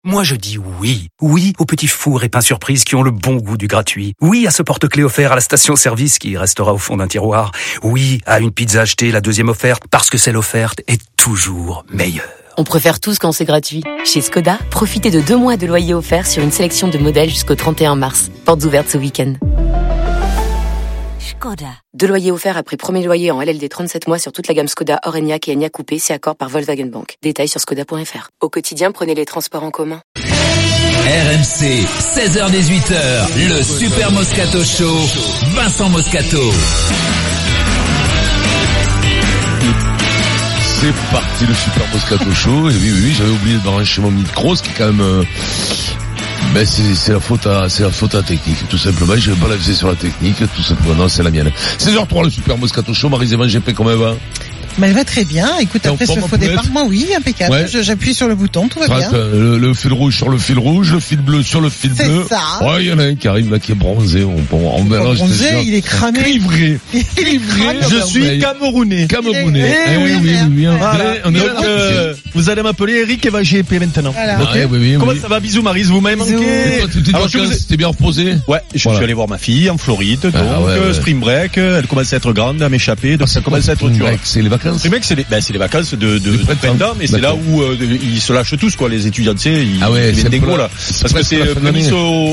Moi je dis oui. Oui aux petits fours et pains surprises qui ont le bon goût du gratuit. Oui à ce porte-clés offert à la station-service qui restera au fond d'un tiroir. Oui à une pizza achetée, la deuxième offerte, parce que celle offerte est toujours meilleure. On préfère tous quand c'est gratuit. Chez Skoda, profitez de 2 mois de loyer offert sur une sélection de modèles jusqu'au 31 mars. Portes ouvertes ce week-end. Skoda. 2 loyers offerts après premier loyer en LLD 37 mois sur toute la gamme Skoda, Orenia et Enya Coupé, c'est accord par Volkswagen Bank. Détails sur skoda.fr. Au quotidien, prenez les transports en commun. RMC, 16h-18h, le Super Moscato Show, Vincent Moscato. C'est parti, le Super Moscato Show. Et oui, j'avais oublié de brancher mon micro, ce qui est quand même... c'est la faute à la technique, tout simplement. Je vais pas la viser sur la technique, tout simplement. Non, c'est la mienne. 16h03, le Super Moscato Show. Marie-Zévan GP, comment elle va? Mais elle va très bien. Écoute, après ce faux départ, moi oui, impeccable. Ouais. J'appuie sur le bouton, tout va bien. Le fil rouge sur le fil rouge, le fil bleu sur le fil bleu. C'est ça. Ouais, il y en a un qui arrive là, qui est bronzé. On mélange. Bronzé, il est cramé. Clivré. Je suis Camerounais. Oui. Voilà. Donc, vous allez m'appeler Eric Eva GP maintenant. Voilà. Okay. Oui. Comment ça va? Bisous Maryse, vous m'avez manqué. Alors, t'es bien reposé? Ouais, je suis allé voir ma fille en Floride, donc spring break, elle commence à être grande, à m'échapper, donc ça commence à être dur. C'est les vacances. Spring break, c'est les vacances de printemps, mais c'est là où ils se lâchent tous, quoi, les étudiants, tu sais, ils viennent des gros là, parce que c'est prémisse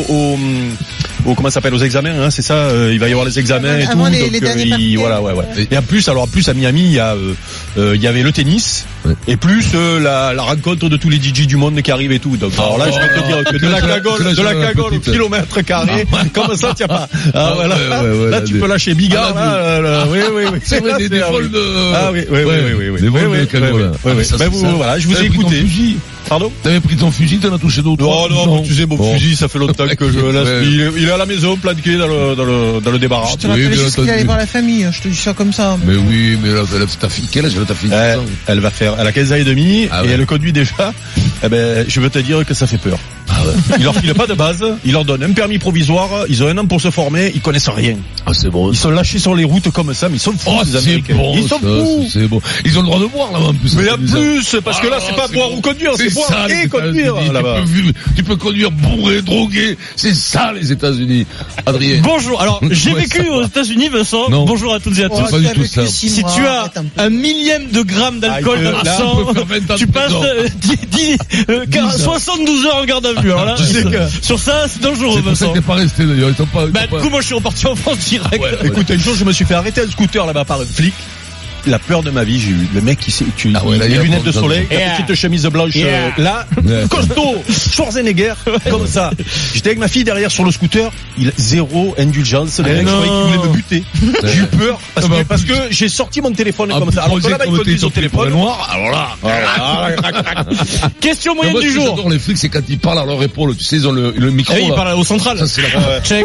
au comment ça s'appelle, aux examens, hein, c'est ça, il va y avoir les examens et tout, donc voilà. Et en plus à Miami, il y avait le tennis et plus la rencontre de tous les DJ du monde qui arrivent et tout. Donc alors là, je vais te dire que de la cagole au kilomètre carré, comme ça, tiens pas. Ah voilà. Là, tu peux lâcher Bigard là. Oui. C'est vrai, des vols de... Ah oui. Des vols de cagole. Ben voilà, je vous ai écouté. Pardon? T'avais pris ton fusil, t'en as touché d'autres? Non, tu sais, mon fusil, ça fait longtemps que je laisse. Il est à la maison, planqué dans le débarras. Je te rappelle juste qu'il allait voir la famille, je te dis ça comme ça. Mais oui, mais là, ta fille, quel âge elle a ta fille? Elle a 15 ans et demi, et elle conduit déjà. Eh ben, je veux te dire que ça fait peur. Ah ouais. Il leur file pas de base, il leur donne un permis provisoire, ils ont 1 an pour se former, ils connaissent rien. Ah, c'est bon. Ils sont lâchés sur les routes comme ça, mais ils sont fous, les Américains. Bon, ils sont fous. C'est bon. Ils ont le droit de boire, là, en plus. Mais en plus, parce que là, c'est pas boire ou conduire, c'est boire et conduire, là-bas. Tu peux conduire bourré, drogué. C'est ça, les États-Unis. Adrien. Bonjour. Alors, j'ai vécu aux États-Unis, Vincent. Non. Bonjour à toutes et à tous. Pas du tout ça. Si tu as 1 millième de grammes d'alcool dans le sang, tu passes 72 heures en garde à vue. Alors là, sur ça, c'est dangereux, Vincent. C'est pour ça que t'es pas resté, d'ailleurs. Du coup, moi, je suis reparti en France direct. Ouais, écoute, un jour, je me suis fait arrêter un scooter là-bas par un flic. La peur de ma vie, j'ai eu le mec qui les lunettes de soleil, la petite chemise blanche là, costaud, Schwarzenegger, comme ça. J'étais avec ma fille derrière sur le scooter, zéro indulgence, le mec, je croyais qu'il voulait me buter. J'ai eu peur parce que j'ai sorti mon téléphone comme ça. Alors que là-bas, il conduit son téléphone noir. Alors là, question moyenne du jour. J'adore les flics, c'est quand ils parlent à leur épaule, tu sais, ils ont le micro. Ils parlent au central. Check.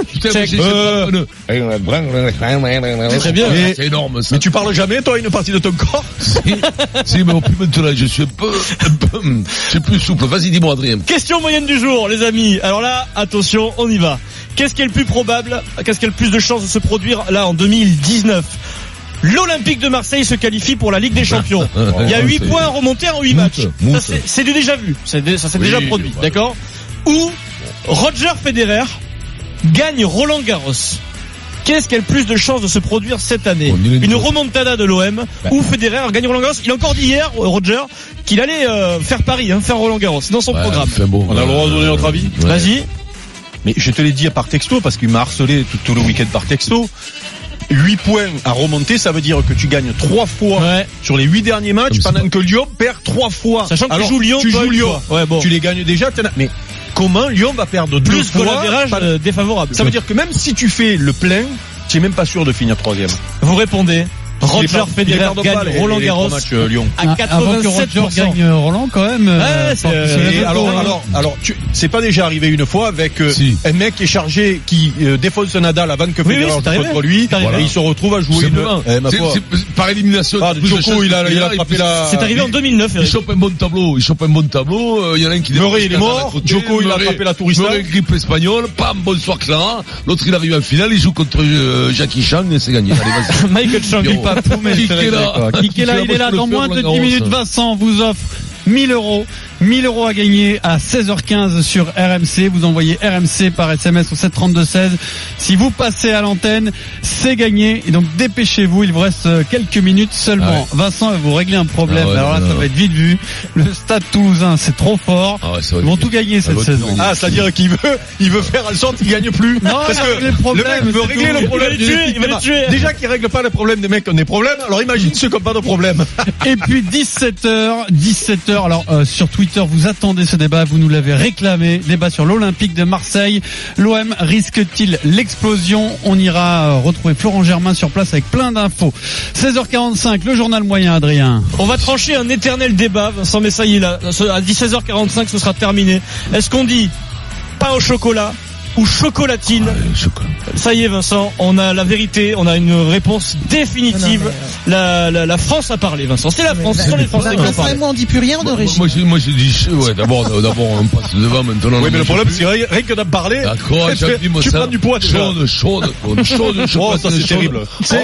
Très bien. C'est énorme ça. Mais tu parles jamais, toi, une partie de ton corps? Si, mais plus maintenant, je suis un peu plus souple. Vas-y, dis-moi, Adrien. Question moyenne du jour, les amis. Alors là, attention, on y va. Qu'est-ce qui est le plus probable? Qu'est-ce qui a le plus de chances de se produire là en 2019? L'Olympique de Marseille se qualifie pour la Ligue des Champions. Il y a 8 points remontés en 8 matchs. Ça, c'est du déjà vu. Ça s'est déjà produit, voilà. D'accord? Ou Roger Federer gagne Roland Garros. Qu'est-ce qui a le plus de chances de se produire cette année? Une remontada de l'OM ou Federer gagne Roland Garros. Il a encore dit hier, Roger, qu'il allait faire Paris, faire Roland Garros. C'est dans son programme. On a le droit de donner notre avis. Vas-y. Mais je te l'ai dit par texto parce qu'il m'a harcelé tout le week-end par texto. 8 points à remonter, ça veut dire que tu gagnes 3 fois sur les 8 derniers matchs pendant que Lyon perd 3 fois. Sachant que tu joues Lyon, tu les gagnes déjà. Mais comment Lyon va perdre 2 plus fois? Plus l'avérage défavorable. Ça veut dire que même si tu fais le plein, tu es même pas sûr de finir 3e. Vous répondez. Roger Federer gagne Roland Garros Lyon. À 87%. Roger gagne Roland quand même. Alors, c'est pas déjà arrivé une fois avec un mec qui est chargé, qui défonce Nadal avant que Federer joue contre lui, et il se retrouve à jouer par élimination. Djoko, il a attrapé la. C'est arrivé en 2009. Il chope un bon tableau. Il y en a un qui. Murray, il est mort. Djoko, il a attrapé la tourista. Murray, grippe espagnole. Pam, bonsoir Clara. L'autre, il arrive en finale. Il joue contre Jackie Chan et c'est gagné. Allez, vas-y. Michael Chang. Kikela, il est là dans moins de 10 minutes. Vincent vous offre 1 000 €. 1000 € à gagner à 16h15 sur RMC. Vous envoyez RMC par SMS au 732-16. Si vous passez à l'antenne, c'est gagné. Et donc dépêchez-vous, il vous reste quelques minutes seulement. Vincent va vous régler un problème. Alors là, ça va être vite vu. Le Stade Toulousain, c'est trop fort. Ils vont tout gagner cette saison. C'est-à-dire qu'il veut faire en sorte qu'il gagne plus. Non, parce que le mec veut régler le problème. Il va les tuer. Déjà qu'il règle pas le problème des mecs qui ont des problèmes. Alors imagine ceux qui n'ont pas de problème. Et puis 17h. Alors sur Twitter, vous attendez ce débat, vous nous l'avez réclamé. Débat sur l'Olympique de Marseille. L'OM risque-t-il l'explosion? On ira retrouver Florent Germain sur place avec plein d'infos. 16h45, le journal moyen, Adrien. On va trancher un éternel débat, Vincent, mais ça y est là. À 16h45, ce sera terminé. Est-ce qu'on dit pain au chocolat ou chocolatine? Ça y est, Vincent, on a la vérité, on a une réponse définitive. La France a parlé, Vincent. C'est la France, ce sont les Français qui ont parlé. Moi, on dit plus rien de régime. Moi, je dis, d'abord, on passe devant, maintenant. Oui, mais le problème, c'est rien que d'en parler. D'accord, tu prends du poids, chaude, oh, ça, c'est terrible.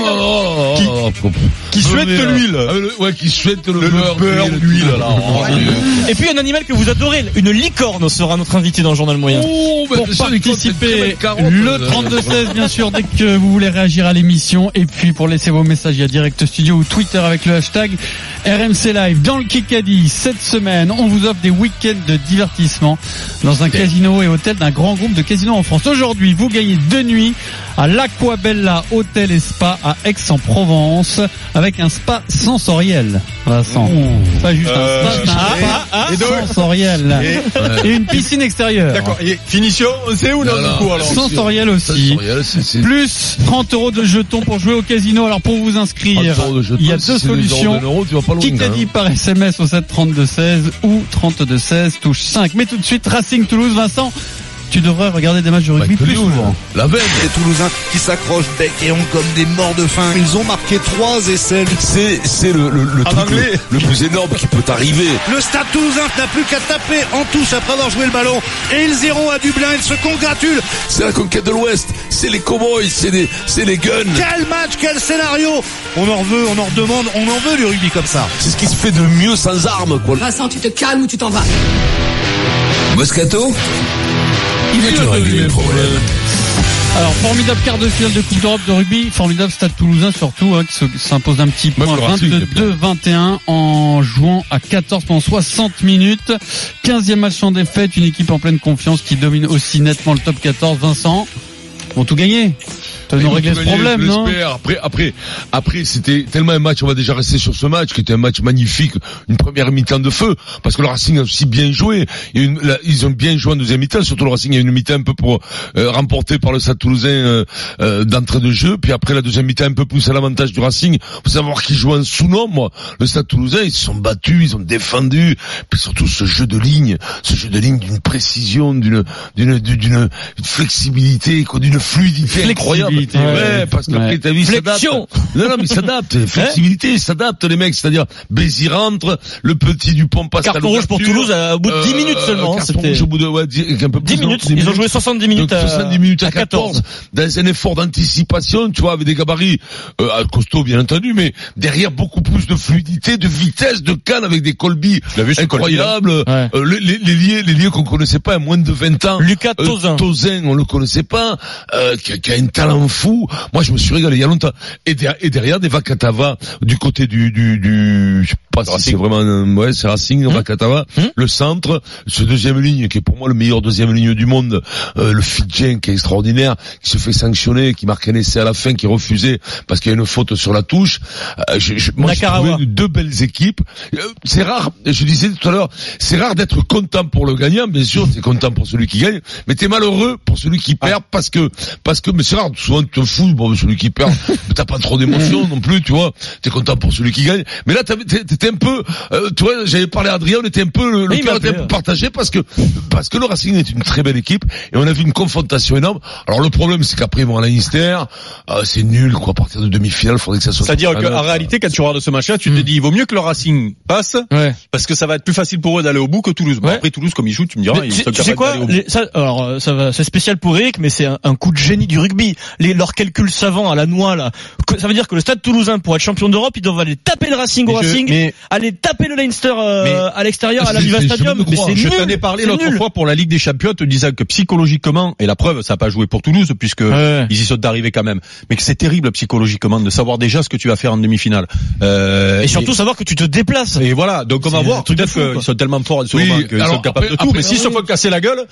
Qui souhaite l'huile. Ouais, qui souhaite le beurre, l'huile, là. Et puis, un animal que vous adorez, une licorne sera notre invité dans le journal moyen. Pour participer, le 32-16, bien sûr, dès que vous voulez réagir à l'émission. Et puis, pour laisser vos messages, il y a Direct Studio ou Twitter avec le hashtag RMC Live. Dans le Kikadi, cette semaine, on vous offre des week-ends de divertissement dans un casino et hôtel d'un grand groupe de casinos en France. Aujourd'hui, vous gagnez 2 nuits à l'Aquabella Hôtel et Spa à Aix-en-Provence avec un spa sensoriel. Vincent. Pas juste un spa, sensoriel. Et une piscine extérieure. D'accord. Et finition, on sait où, non, du coup, alors? Sensoriel aussi. Plus 30 € de jetons pour jouer au casino. Alors, pour vous inscrire, il y a 2 solutions. Kikadi par SMS au 732-16 ou 32-16 touche 5. Mais tout de suite, Racing Toulouse, Vincent. Tu devrais regarder des matchs de rugby plus souvent. La veine. Les Toulousains qui s'accrochent bec et ongles comme des morts de faim. Ils ont marqué 3 essais. C'est le truc le plus énorme qui peut arriver. Le Stade Toulousain n'a plus qu'à taper en touche après avoir joué le ballon. Et ils iront à Dublin. Ils se congratulent. C'est la conquête de l'Ouest. C'est les cowboys. C'est les guns. Quel match, quel scénario. On en veut, on en redemande. On en veut du rugby comme ça. C'est ce qui se fait de mieux sans armes, quoi. Vincent, tu te calmes ou tu t'en vas. Moscato, il va te régler le problème. Alors, formidable quart de finale de Coupe d'Europe de rugby, formidable Stade Toulousain surtout, qui s'impose d'un petit point, 22-21 en jouant à 14 pendant 60 minutes. 15e match sans défaite, une équipe en pleine confiance qui domine aussi nettement le top 14. Vincent, vont tout gagner. Ils ont réglé ce problème, non? Après, c'était tellement un match, on va déjà rester sur ce match, qui était un match magnifique, une première mi-temps de feu, parce que le Racing a aussi bien joué. Ils ont bien joué en deuxième mi-temps, surtout le Racing a une mi-temps un peu pour remporter par le Stade Toulousain d'entrée de jeu, puis après la deuxième mi-temps un peu plus à l'avantage du Racing. Faut savoir qu'ils jouent en sous-nombre. Le Stade Toulousain, ils se sont battus, ils ont défendu, puis surtout ce jeu de ligne d'une précision, d'une flexibilité, d'une fluidité incroyable. Ouais, parce qu'après ta vie s'adapte. Non, mais il s'adapte. Flexibilité, il s'adapte, les mecs. C'est-à-dire, Bézi rentre, le petit Dupont passe à l'ouverture. Carton rouge pour Toulouse au bout de 10 minutes seulement. Carton rouge au bout de, un peu plus. 10 minutes. Ils ont joué 70 minutes à 70 minutes à 14. Dans un effort d'anticipation, tu vois, avec des gabarits, costauds, bien entendu, mais derrière beaucoup plus de fluidité, de vitesse, de canne avec des Colby incroyables. Les lieux qu'on connaissait pas à moins de 20 ans. Lucas Tozin. Tozin, on le connaissait pas, qui a un talent fou. Moi, je me suis régalé il y a longtemps. Et derrière, des Vakatava du côté je sais pas si c'est vraiment, c'est Racing, Vakatava, le centre, ce deuxième ligne qui est pour moi le meilleur deuxième ligne du monde, le Fidjien qui est extraordinaire, qui se fait sanctionner, qui marque un essai à la fin, qui est refusé parce qu'il y a une faute sur la touche. Moi, j'ai trouvé 2 belles équipes. C'est rare, je disais tout à l'heure, c'est rare d'être content pour le gagnant, bien sûr, t'es content pour celui qui gagne, mais t'es malheureux pour celui qui perd parce que, mais c'est rare, souvent tu te fous, celui qui perd, t'as pas trop d'émotion non plus, tu vois, t'es content pour celui qui gagne, mais là t'étais un peu, tu vois, j'avais parlé à Adrien, on était un peu, le cœur était un peu partagé parce que le Racing est une très belle équipe et on a vu une confrontation énorme. Alors le problème c'est qu'après ils vont à Leinster, c'est nul quoi, à partir de demi-finale, faudrait que ça soit. C'est-à-dire qu'en réalité quand tu regardes ce match-là, tu te dis il vaut mieux que le Racing passe, parce que ça va être plus facile pour eux d'aller au bout que Toulouse. Bon, après Toulouse comme ils jouent, tu me diras, ils sont capables d'aller au bout. Alors ça va, c'est spécial pour Eric, mais c'est un coup de génie du rugby. leurs calculs savants à la noix là, ça veut dire que le Stade Toulousain pour être champion d'Europe, ils doivent aller taper le Racing au Racing, aller taper le Leinster à l'extérieur à l'Aviva Stadium. Mais c'est nul. Je t'en ai parlé l'autre fois pour la Ligue des Champions, te disant que psychologiquement, et la preuve, ça n'a pas joué pour Toulouse puisque ils y sont arrivés quand même, mais que c'est terrible psychologiquement de savoir déjà ce que tu vas faire en demi-finale. Et surtout savoir que tu te déplaces. Et voilà, donc on va voir. Peut-être qu'ils sont tellement forts en ce moment qu'ils sont capables de tout. Mais s'ils se font casser la gueule,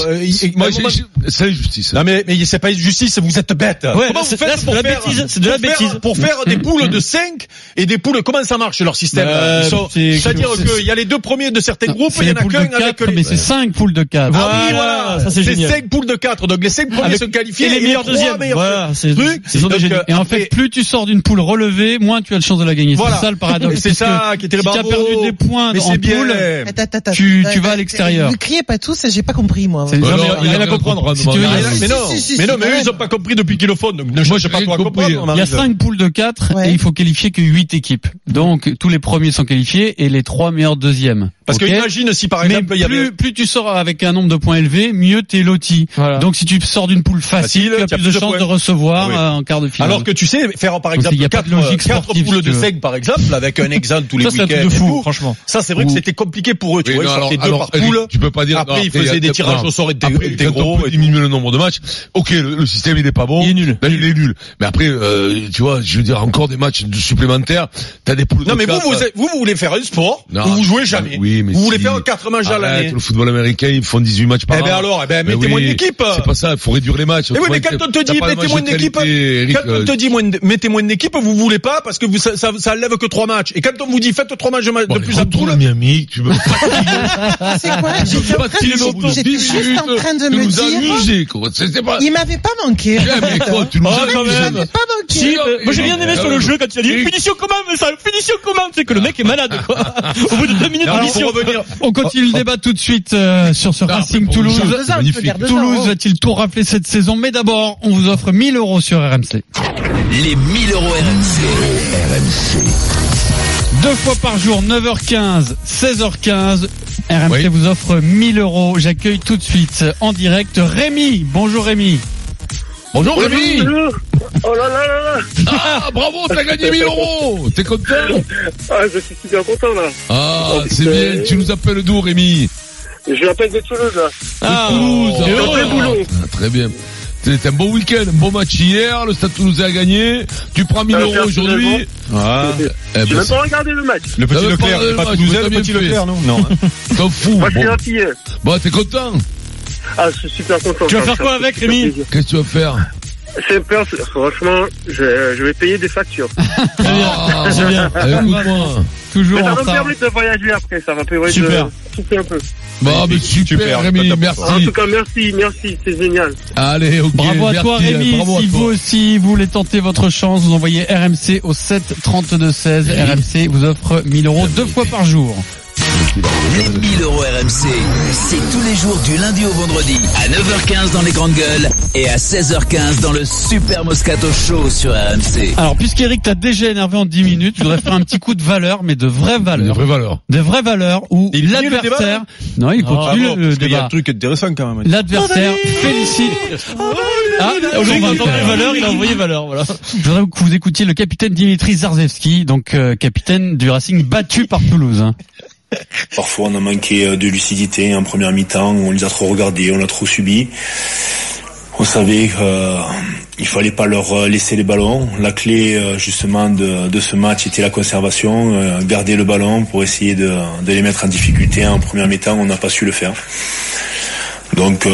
c'est injustice. Non mais c'est pas justice, vous êtes bêtes. Ouais, comment vous faites pour faire c'est de la bêtise pour faire des poules de 5 et des poules, comment ça marche leur système? C'est-à-dire qu'il y a les deux premiers de certains groupes, il y en a qu'un avec mais c'est 5 poules de 4. Voilà, ça c'est 5 poules de 4. Donc les 5 premiers sont qualifiés et les meilleurs deuxièmes. Voilà, c'est et en fait plus tu sors d'une poule relevée, moins tu as de chance de la gagner. C'est ça le paradoxe. C'est ça qui était le si tu as perdu des points en poule, tu vas à l'extérieur. Ne criez pas tous, j'ai pas compris moi. Il y a rien à comprendre. Mais non, mais eux ils ont pas compris depuis qu'ils le font. Donc ne cherche pas toi à comprendre. Il y a 5 poules de 4 et il faut qualifier que 8 équipes. Donc tous les premiers sont qualifiés et les 3 meilleurs deuxièmes. Parce que imagine si par exemple il y avait plus tu sors avec un nombre de points élevé, mieux t'es loti. Voilà. Donc si tu sors d'une poule facile, tu as plus de chances de recevoir en quart de finale. Alors que tu sais faire par exemple 4 poules de 5 par exemple avec un exemple tous les week-ends. Ça c'est de fou, franchement. Ça c'est vrai que c'était compliqué pour eux, tu vois, ils sortaient 2 par poule. Tu peux pas dire après ils faisaient des tirages au sort et des gros et diminuer le nombre de matchs. OK, le système il est pas bon. Il est nul. Là, il est nul. Mais après tu vois, je veux dire encore des matchs supplémentaires, tu as des poules de 4. Non mais vous voulez faire un sport où vous jouez jamais. Vous voulez faire 4 matchs à l'année. Le football américain, ils font 18 matchs par an. Eh ben alors, mettez moins d'équipes. C'est pas ça, il faut réduire les matchs. Eh oui, mais quand on te dit mettez moins d'équipes, mettez moins d'équipes, vous voulez pas parce que ça lève que 3 matchs. Et quand on vous dit faites 3 matchs de plus à poule. Miami, tu veux c'est quoi? J'étais juste en train de me dire. Il m'avait pas manqué. Mais quoi, tu nous as quand même. Pas manqué. Moi j'ai bien aimé sur le jeu quand il a dit finition commande, c'est que le mec est malade quoi. Au bout de 2 minutes d'émission. On continue le débat tout de suite sur ce Racing Toulouse. Toulouse va-t-il tout rafler cette saison? Mais d'abord, on vous offre 1 000 € sur RMC. Les 1 000 € RMC. 2 fois par jour, 9h15, 16h15. RMC vous offre 1 000 €. J'accueille tout de suite en direct Rémi. Bonjour Rémi. Bonjour Rémi. Oh là là là là. Ah bravo, t'as gagné 1 000 €. T'es content? Ah, je suis super content là. Ah, c'est bien. Tu nous appelles d'où Rémi? Je l'appelle de Toulouse là. Ah, Toulouse. Très bien. C'était un bon week-end, un bon match hier, le Stade Toulousain a gagné. Tu prends 1 000 € aujourd'hui. J'ai même pas regardé le match. Le petit Leclerc, c'est pas Toulousain, le petit Leclerc, non? Non. T'en fous. Moi, je suis gentil. Bon, t'es content? Ah, je suis super content. Tu vas faire quoi avec Rémi? Qu'est-ce que tu vas faire? C'est peur, franchement, je vais payer des factures. C'est bien. Écoute-moi. Toujours mais ça en va me retard. permettre de voyager après, ça va me permettre super. de souffler un peu. Bon, mais super Rémi, merci. En tout cas, merci, c'est génial. Allez, ok. Bravo à toi Rémi, si vous aussi voulez tenter votre chance, vous envoyez RMC au 7 32 16. RMC vous offre 1 000 € 2 fois par jour. Les 1 000 € RMC, c'est tous les jours du lundi au vendredi à 9h15 dans les grandes gueules et à 16h15 dans le Super Moscato Show sur RMC. Alors, puisqu'Eric t'a déjà énervé en 10 minutes, je voudrais faire un petit coup de valeur, mais de vraies valeurs. De vraies valeurs. De vraies valeurs où l'adversaire... Non, il continue le débat. Il y a un truc intéressant quand même. L'adversaire félicite... Aujourd'hui, quand on envoie valeur, il a envoyé valeur, voilà. Je voudrais que vous écoutiez le capitaine Dimitri Zarzewski, donc capitaine du Racing battu par Toulouse. Parfois on a manqué de lucidité en première mi-temps, on les a trop regardés, on l'a trop subi. On savait qu'il fallait pas leur laisser les ballons. La clé justement de ce match était la conservation, garder le ballon pour essayer de les mettre en difficulté. En première mi-temps, on n'a pas su le faire. Donc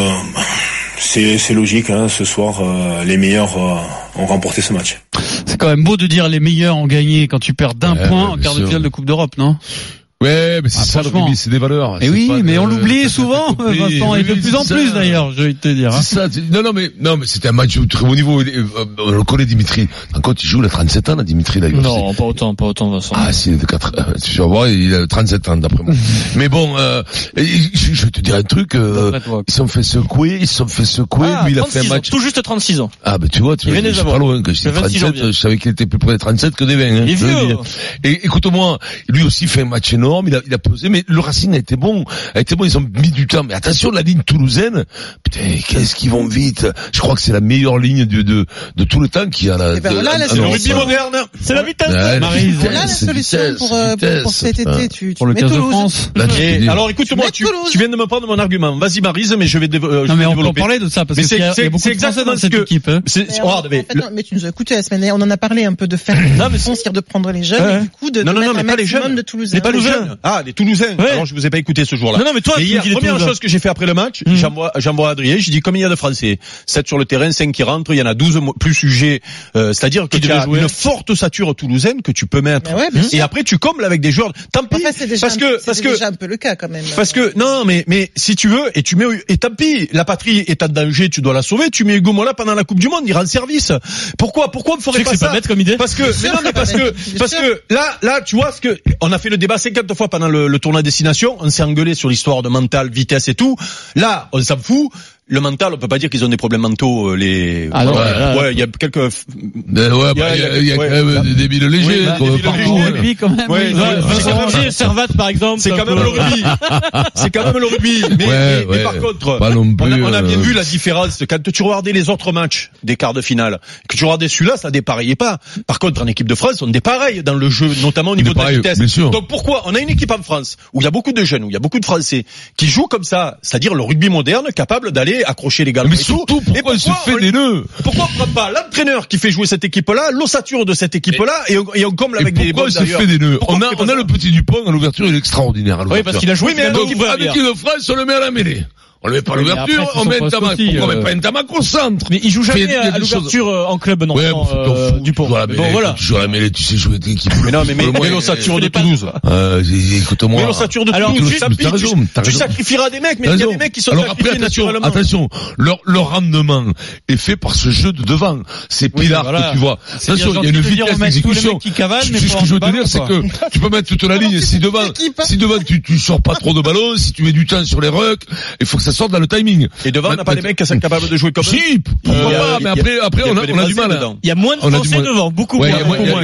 c'est logique, hein, ce soir les meilleurs ont remporté ce match. C'est quand même beau de dire les meilleurs ont gagné quand tu perds d'un point en quart de finale de Coupe d'Europe, non? Ouais, mais c'est ça le rugby, c'est des valeurs. Et oui, mais on l'oublie souvent, Vincent, et de plus en plus d'ailleurs, je vais te dire. C'est ça. Non, mais c'était un match de très haut niveau. On le connaît, Dimitri. Encore, il joue, il a 37 ans, là, Dimitri, là. Non, pas autant, Vincent. Ah, si, il est de 4, tu vas voir, il a 37 ans, d'après moi. Mais bon, je vais te dire un truc, ils se sont fait secouer, lui, il a fait un match. Tout juste 36 ans. Ah, ben, tu vois, je suis pas loin, que je dis 37, je savais qu'il était plus près des 37 que des 20, hein. Il est vieux. Et écoute-moi, lui aussi fait un match énorme. énorme, il a pesé, mais le Racing a été bon, ils ont mis du temps, mais attention, la ligne toulousaine, putain, qu'est-ce qu'ils vont vite. Je crois que c'est la meilleure ligne de tout le temps qu'il y a là. C'est le rugby moderne. C'est la vitesse. Maryse. Voilà la solution pour cet été, pour le 15 de France. Alors écoute-moi, tu viens de me prendre mon argument. Vas-y Maryse, mais je vais développer. Non mais on peut parler de ça parce qu'il y a beaucoup de Français dans cette équipe. Mais tu nous as écouté la semaine dernière, on en a parlé un peu de faire de prendre les jeunes, et du coup de mettre un maximum de Toulousains. Pas les jeunes. Ah, les Toulousains. Alors je vous ai pas écouté ce jour-là. Non mais toi, hier, première chose que j'ai fait après le match, j'envoie Adrien, je dis combien il y a de Français, 7 sur le terrain, 5 qui rentrent, il y en a 12 plus sujets, c'est-à-dire que tu as une forte ossature toulousaine que tu peux mettre. Et après tu combles avec des joueurs. Tant pis, c'est déjà un peu le cas quand même. Parce que non, mais si tu veux, et tant pis, la patrie est en danger, tu dois la sauver. Tu mets Hugo Mola pendant la Coupe du Monde, il rend service. Pourquoi on ne ferait pas ça? Pas bête comme idée. Parce que là, tu vois on a fait le débat 50 fois pendant le tournoi destination, on s'est engueulé sur l'histoire de mental, vitesse et tout. Là, on s'en fout. Le mental, on peut pas dire qu'ils ont des problèmes mentaux, il y a quelques, il y a quand même des débiles légers, quand même. Servat, par exemple. C'est quand même le rugby. Mais par contre, on a bien vu la différence. Quand tu regardais les autres matchs des quarts de finale, que tu regardais celui-là, ça dépareillait pas. Par contre, en équipe de France, on dépareille dans le jeu, notamment au niveau de la vitesse. Donc pourquoi? On a une équipe en France, où il y a beaucoup de jeunes, où il y a beaucoup de Français, qui jouent comme ça, c'est-à-dire le rugby moderne, capable d'aller accrocher les galons. Mais surtout, pourquoi il se fait des nœuds? Pourquoi on prend pas l'entraîneur qui fait jouer cette équipe-là, l'ossature de cette équipe-là, et on comble avec des bonnes d'ailleurs? Pourquoi il se fait des nœuds? On a le petit Dupont à l'ouverture, il est extraordinaire à l'ouverture. Oui, parce qu'il a joué, mais avec l'équipe de France, on le met à la mêlée. On le met pas à l'ouverture, on met Ntamak. Pourquoi on met pas Ntamak au centre? Mais il joue jamais à l'ouverture en club, non, Dupont. Bon, voilà. Tu joues à la mêlée, tu sais jouer d'équipe. Mais non, mais l'ossature de Toulouse. Écoute-moi. Mais l'ossature de Toulouse, tu sacrifieras des mecs, mais il y a des mecs qui sont sacrifiés naturellement. Attention, leur rendement est fait par ce jeu de devant. C'est Pilar que tu vois. Attention, il y a une vitesse d'exécution. Ce que je veux te dire, c'est que tu peux mettre toute la ligne. Si devant tu sors pas trop de ballons, si tu mets du temps sur les rucks, il faut que ça sorte dans le timing. Et devant, on n'a pas des mecs qui sont capables de jouer comme ça. Si, pourquoi pas, mais après, on a du mal. Il y a moins de Français devant, beaucoup moins.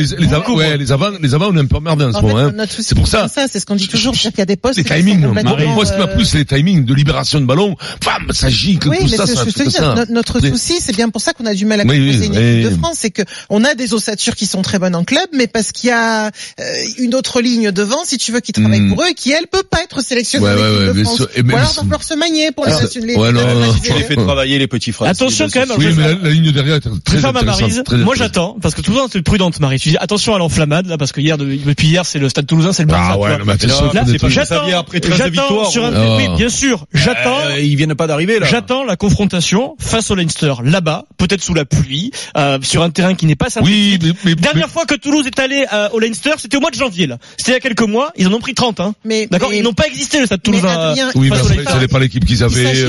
Les avants, on est un peu emmerdés en ce moment, C'est pour ça. C'est ce qu'on dit toujours, c'est qu'il y a des postes. Les timings. Moi, ce qui m'a plu, c'est les timings de libération de ballon. Ça gicle, tout ça, ça. Notre souci, c'est bien pour ça qu'on a du mal à composer une équipe de France, c'est que on a des ossatures qui sont très bonnes en club, mais parce qu'il y a une autre ligne devant, si tu veux, qui travaille pour eux, qui elle peut pas être sélectionnée en équipe de France. Ou alors, il va falloir se manier pour tu les fais travailler les petits Français. Attention quand même. Oui, mais la ligne derrière est très intéressante. Moi j'attends, parce que toujours c'est prudente Marie. Tu dis attention à l'enflammade là, parce que depuis hier c'est le Stade Toulousain, c'est le Barça. Ah ouais, mais attention. Là, c'est pas Xavier après 13 victoires. Oui, bien sûr. J'attends. Ils viennent pas d'arriver là. J'attends la confrontation face au Leinster là-bas, peut-être sous la pluie, sur un terrain qui n'est pas synthétique. Oui, mais dernière fois que Toulouse est allé au Leinster, c'était au mois de janvier là. C'était il y a quelques mois. Ils en ont pris 30. D'accord, ils n'ont pas existé le Stade Toulousain. Oui, mais ce n'est pas l'équipe qu'ils avaient.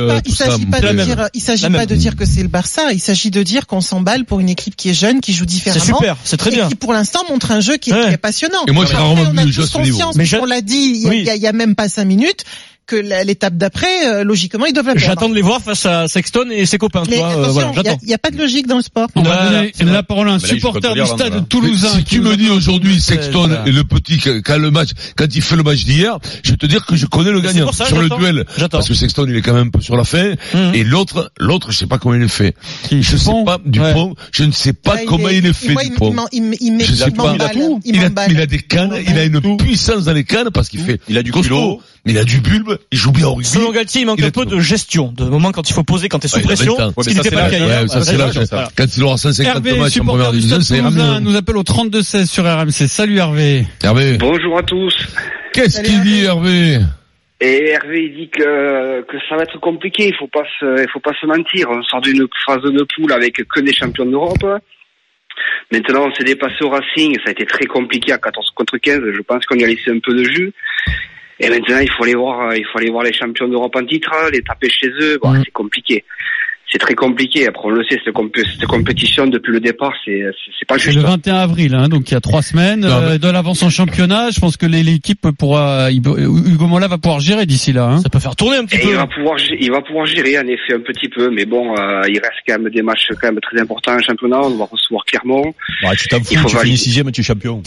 Il s'agit pas de dire que c'est le Barça, il s'agit de dire qu'on s'emballe pour une équipe qui est jeune, qui joue différemment. C'est super, c'est très bien. Et qui pour l'instant montre un jeu qui est passionnant. Et moi, j'ai rarement vu le jeu à ce niveau. Mais on l'a dit il y a même pas 5 minutes. Que l'étape d'après, logiquement, ils doivent la perdre. J'attends de les voir face à Sexton et ses copains. Mais attention, il y a pas de logique dans le sport. On va donner la parole à un supporter du stade toulousain. Si tu me dis aujourd'hui Sexton et le petit quand il fait le match d'hier, je vais te dire que je connais le gagnant sur le duel. Parce que Sexton, il est quand même un peu sur la fin. Et l'autre, je sais pas comment il est fait. Je sais pas, Dupont, je ne sais pas comment il est fait, Dupont. Je sais pas. Il a des cannes, il a une puissance dans les cannes parce qu'il fait. Il a du culot. Mais il a du bulbe, il joue bien au rugby. Selon Galtier, il manque un peu de gestion, de moments quand il faut poser, quand t'es sous pression, ce qui n'était pas le cas hier. C'est l'âge. Quand il aura 150 matchs en première division, ça ira mieux. Nous appelle au 32-16 sur RMC. Salut Hervé. Hervé. Bonjour à tous. Qu'est-ce qu'il dit Hervé? Et Hervé, il dit que ça va être compliqué, il faut pas se mentir. On sort d'une phase de poule avec que des champions d'Europe. Maintenant, on s'est dépassé au Racing, ça a été très compliqué à 14 contre 15, je pense qu'on y a laissé un peu de jus. Et maintenant, il faut aller voir les champions d'Europe en titre, les taper chez eux. Bon, c'est compliqué. c'est très compliqué. Après, on le sait, cette compétition depuis le départ, c'est pas juste. C'est le 21 avril, hein, donc il y a 3 semaines de l'avance en championnat. Je pense que l'équipe pourra, Hugo Mola va pouvoir gérer d'ici là. Hein. Ça peut faire tourner un petit peu. Il va pouvoir gérer en effet un petit peu, mais bon, il reste quand même des matchs quand même très importants en championnat. On va recevoir Clermont. Ouais, tu t'en fous, tu finis 6e, tu es champion.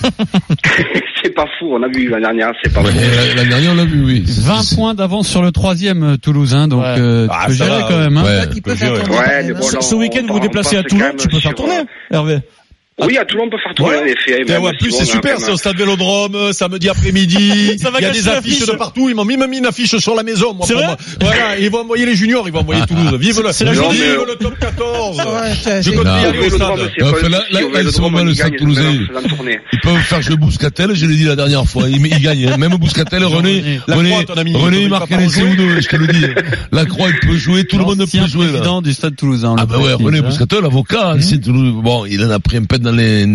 C'est pas fou, on a vu l'année dernière, c'est pas fou. L'année dernière, on l'a vu, oui. 20 points d'avance sur le 3e Toulousain, donc tu peux gérer quand même. Hein. Il peut faire tourner. Mais bon, ce week-end, vous vous déplacez à Toulon, tu peux faire tourner, Hervé. Oui, à Toulon, on peut faire tourner, en effet. Ouais, plus c'est super, c'est au stade Vélodrome, samedi après-midi. Il y a des affiches de partout. Ils m'ont même mis une affiche sur la maison, moi. C'est vrai? Voilà, ils vont envoyer les juniors, ils vont envoyer Toulouse. Vive le, c'est la journée. Vive le top 14. Je continue à aller au stade. Là, ils sont mal le stade toulousain. Ils peuvent faire jouer Bouscatel, je l'ai dit la dernière fois. Ils gagnent, même Bouscatel, René, il marque un essai ou deux, je te le dis. La Croix, il peut jouer, tout le monde peut jouer, là. Président du stade toulousain. Ah bah ouais, René Bouscatel, avocat, c'est Toulouse. Bon, il en a pris un pet dans les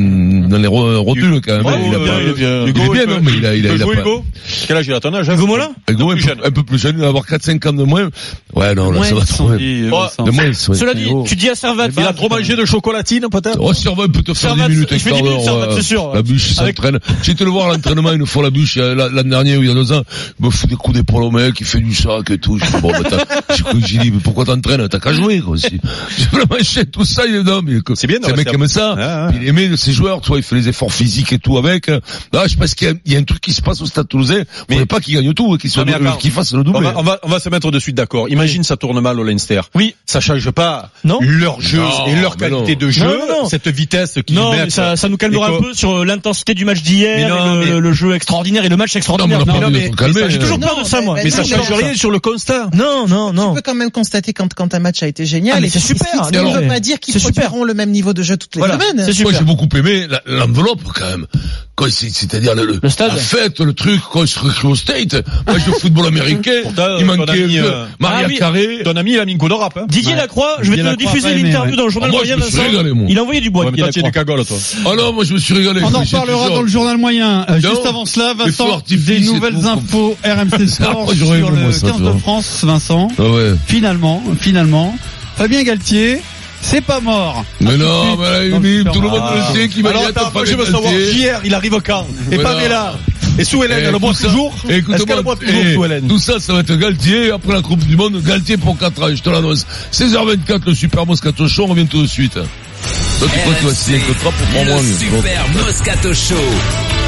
rotules, quand même. Il est bien, non, mais il a pas. Hugo? Quel âge il a ton âge? Hugo Mola? Hugo, un peu plus jeune, il va avoir 4-5 ans de moins. Ouais, non, là, ça va trop. De moins, cela dit, tu dis à Servat, il a trop mangé de chocolatine, peut-être? Oh, Servat peut te faire 10 minutes, c'est sûr. La bûche, il s'entraîne. J'ai été le voir à l'entraînement une fois, la bûche, l'année dernière, il y a 2 ans. Il me fout des coups d'épaule au mec, il fait du sac et tout. Bon, j'ai dit, mais pourquoi t'entraînes? T'as qu'à jouer, quoi, aussi. Je le manchais, tout ça, non, mais c'est bien, c'est un mec qui aime ça. Il aimait ses joueurs, tu vois, il fait les efforts physiques et tout avec. Là, je pense qu'il y a un truc qui se passe au Stade Toulousain. Mais il pas qu'il gagne tout, qu'il fasse le doublé. On va se mettre de suite d'accord. Imagine ça tourne mal au Leinster. Oui. Ça change pas non. leur jeu et leur qualité de jeu, cette vitesse qu'ils mettent. Non, mais ça nous calmera un peu sur l'intensité du match d'hier, le jeu extraordinaire et le match extraordinaire. J'ai toujours peur de ça, moi. Mais ça change rien sur le constat. Non. Tu peux quand même constater quand un match a été génial. Et c'est super. Ça ne veut pas dire qu'ils produiront le même niveau de jeu toutes les semaines. Moi, j'ai beaucoup aimé l'enveloppe, quand même. C'est-à-dire le stade, la fête, le truc, quand il se recrée au State, match de football américain, il manquait Maria Carré. Ton ami, il a mis une coup de rap, hein. Didier Lacroix, je vais te diffuser l'interview dans le journal moyen, Vincent. Il a envoyé du bois. Toi, tu es des cagoles, toi. Ah non, moi, je me suis régalé. On en reparlera dans le journal moyen. Juste avant cela, Vincent, des nouvelles infos RMC Sport sur le 15 de France, Vincent. Finalement, Fabien Galtier, c'est pas mort. Mais non, mais tout le monde le sait qu'il va y être Fabien Galtier. Hier, il arrive quand? Et Pamela. Et Sue Hélène, elle le boit toujours. Est-ce qu'elle le boit toujours, Sue Hélène? Tout ça va être Galtier. Après la Coupe du Monde, Galtier pour 4 ans, je te l'annonce. 16h24, le Super Moscato Show, on revient tout de suite. Toi, tu crois que tu vas signer un contrat pour 3 mois? Le Super Moscato Show.